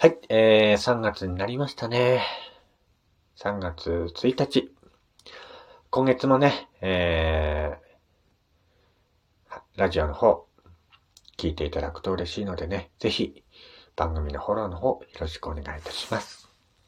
はい、3月になりましたね。3月1日。今月もね、ラジオの方、聞いていただくと嬉しいのでね、ぜひ番組のフォローの方、よろしくお願いいたします。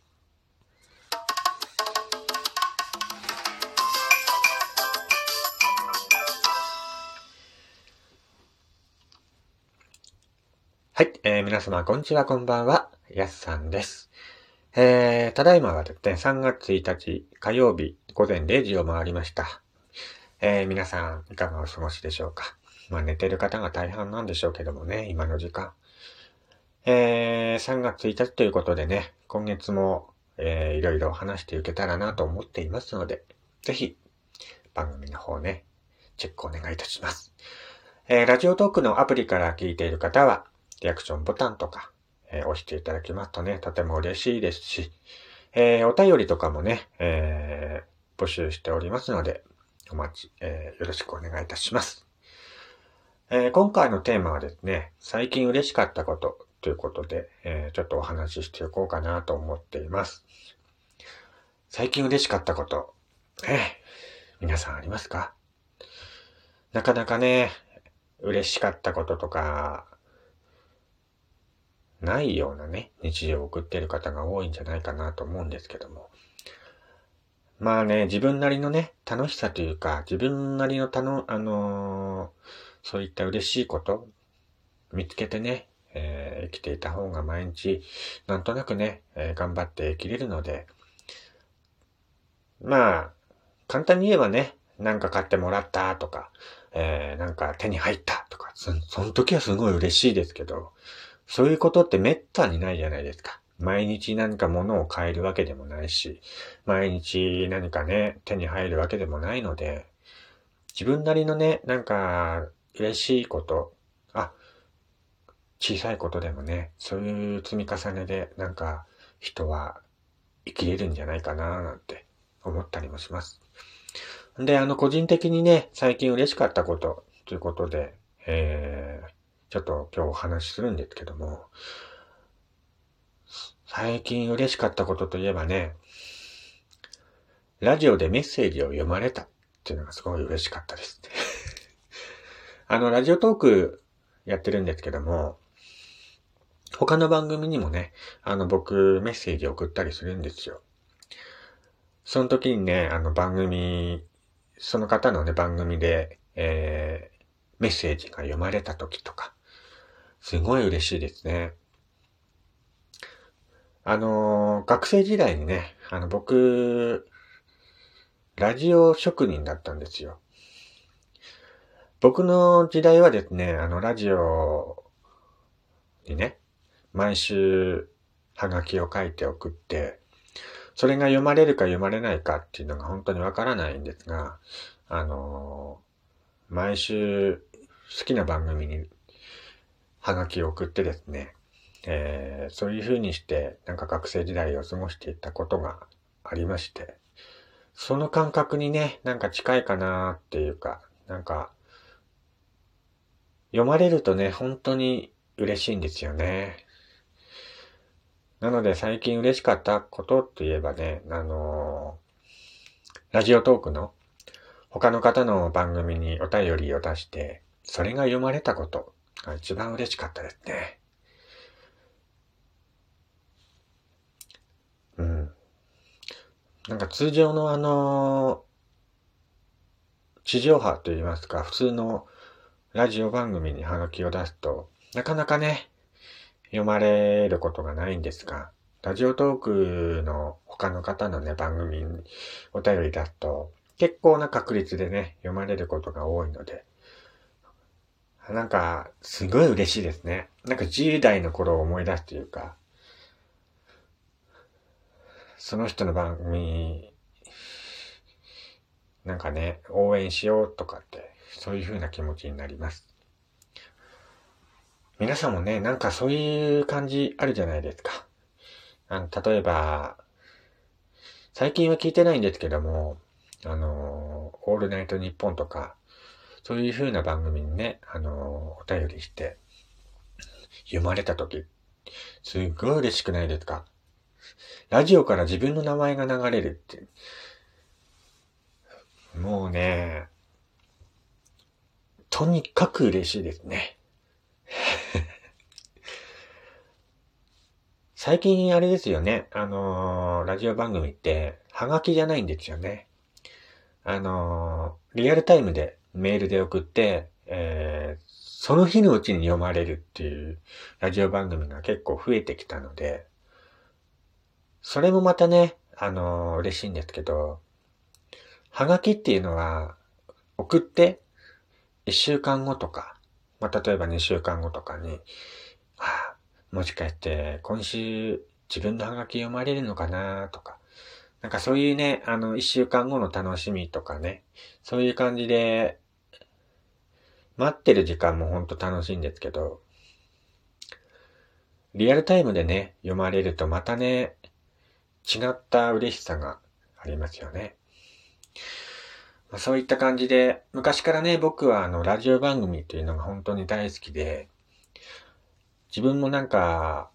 はい、皆様こんにちは、こんばんは、やすさんです。ただいまはですね、3月1日火曜日午前0時を回りました。皆さんいかがお過ごしでしょうか。寝てる方が大半なんでしょうけどもね、今の時間。3月1日ということでね、今月も、いろいろ話していけたらなと思っていますので、ぜひ番組の方ね、チェックお願いいたします。ラジオトークのアプリから聞いている方は、リアクションボタンとか、押していただきますとね、とても嬉しいですし、お便りとかもね、募集しておりますので、よろしくお願いいたします。今回のテーマはですね、最近嬉しかったことということで、ちょっとお話ししていこうかなと思っています。最近嬉しかったこと、皆さんありますか？なかなかね、嬉しかったこととか、ないようなね、日常を送っている方が多いんじゃないかなと思うんですけども。まあね、自分なりのね、楽しさというか、自分なりのそういった嬉しいこと見つけてね、生きていた方が毎日、なんとなくね、頑張って生きれるので、まあ、簡単に言えばね、なんか買ってもらったとか、なんか手に入ったとか、その時はすごい嬉しいですけど、そういうことって滅多にないじゃないですか。毎日何か物を買えるわけでもないし、毎日何かね、手に入るわけでもないので、自分なりのね、なんか嬉しいこと、小さいことでもね、そういう積み重ねでなんか人は生きれるんじゃないかななんて思ったりもします。で、個人的にね、最近嬉しかったことということで、ちょっと今日お話しするんですけども、最近嬉しかったことといえばね、ラジオでメッセージを読まれたっていうのがすごい嬉しかったです。ラジオトークやってるんですけども、他の番組にもね、僕メッセージ送ったりするんですよ。その時にね、その方のね、番組で、メッセージが読まれた時とか、すごい嬉しいですね。学生時代にね、僕、ラジオ職人だったんですよ。僕の時代はですね、ラジオにね、毎週、ハガキを書いて送って、それが読まれるか読まれないかっていうのが本当にわからないんですが、毎週好きな番組にハガキを送ってですね、そういう風にしてなんか学生時代を過ごしていったことがありまして、その感覚にね、なんか近いかなっていうか、なんか読まれるとね、本当に嬉しいんですよね。なので最近嬉しかったことといえばね、ラジオトークの他の方の番組にお便りを出して、それが読まれたことが一番嬉しかったですね。うん。なんか通常の地上波といいますか、普通のラジオ番組にハガキを出すと、なかなかね、読まれることがないんですが、ラジオトークの他の方のね、番組にお便り出すと、結構な確率でね、読まれることが多いので、なんか、すごい嬉しいですね。なんか10代の頃を思い出すというか、その人の番組、なんかね、応援しようとかって、そういう風な気持ちになります。皆さんもね、なんかそういう感じあるじゃないですか。例えば、最近は聞いてないんですけども、オールナイトニッポンとか、そういう風な番組にね、お便りして、読まれた時、 すっごい嬉しくないですか？ラジオから自分の名前が流れるって。もうね、とにかく嬉しいですね。最近あれですよね。ラジオ番組って、ハガキじゃないんですよね。リアルタイムでメールで送って、その日のうちに読まれるっていうラジオ番組が結構増えてきたので、それもまたね、嬉しいんですけど、ハガキっていうのは、送って1週間後とか、例えば2週間後とかに、もしかして今週自分のハガキ読まれるのかなとか、なんかそういうね、1週間後の楽しみとかね、そういう感じで、待ってる時間もほんと楽しいんですけど、リアルタイムでね、読まれるとまたね、違った嬉しさがありますよね。そういった感じで、昔からね、僕はラジオ番組っていうのが本当に大好きで、自分もなんか、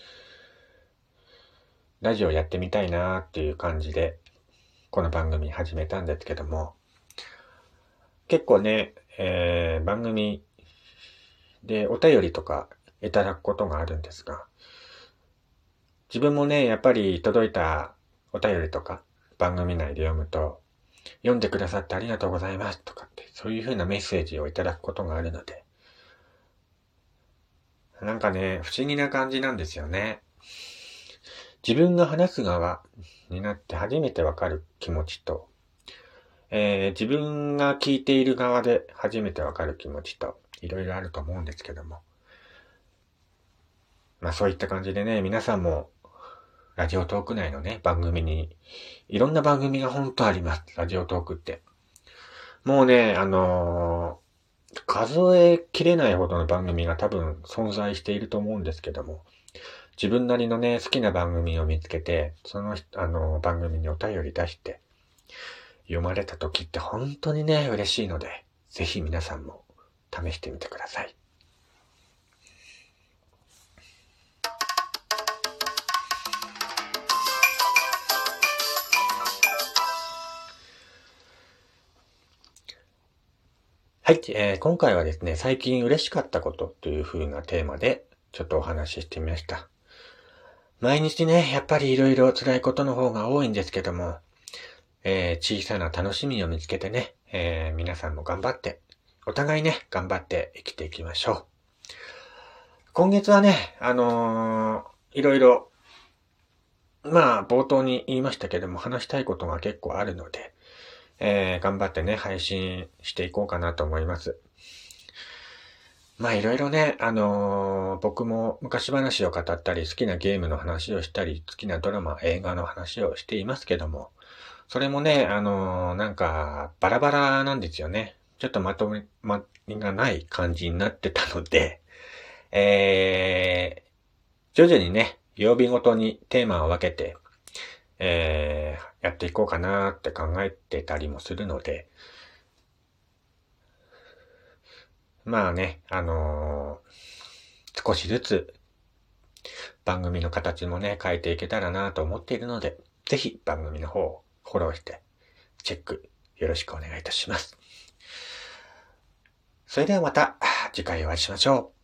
ラジオやってみたいなっていう感じで、この番組始めたんですけども、結構ね、番組でお便りとかいただくことがあるんですが、自分もね、やっぱり届いたお便りとか番組内で読むと、読んでくださってありがとうございますとかって、そういう風なメッセージをいただくことがあるので、なんかね、不思議な感じなんですよね。自分が話す側になって初めてわかる気持ちと、自分が聞いている側で初めてわかる気持ちと、いろいろあると思うんですけども。そういった感じでね、皆さんも、ラジオトーク内のね、番組に、いろんな番組が本当あります。ラジオトークって。もうね、数えきれないほどの番組が多分存在していると思うんですけども、自分なりのね、好きな番組を見つけて、その、番組にお便り出して、読まれた時って本当にね、嬉しいので、ぜひ皆さんも試してみてください。はい、今回はですね、最近嬉しかったことという風なテーマでちょっとお話ししてみました。毎日ね、やっぱりいろいろ辛いことの方が多いんですけども、小さな楽しみを見つけてね、皆さんも頑張って、お互いね、頑張って生きていきましょう。今月はね、いろいろ、冒頭に言いましたけども、話したいことが結構あるので、頑張ってね、配信していこうかなと思います。いろいろね、僕も昔話を語ったり、好きなゲームの話をしたり、好きなドラマ、映画の話をしていますけども、それもね、なんか、バラバラなんですよね。ちょっとまとまりがない感じになってたので、徐々にね、曜日ごとにテーマを分けて、やっていこうかなって考えてたりもするので、少しずつ番組の形もね、変えていけたらなと思っているので、ぜひ番組の方をフォローして、チェックよろしくお願いいたします。それではまた次回お会いしましょう。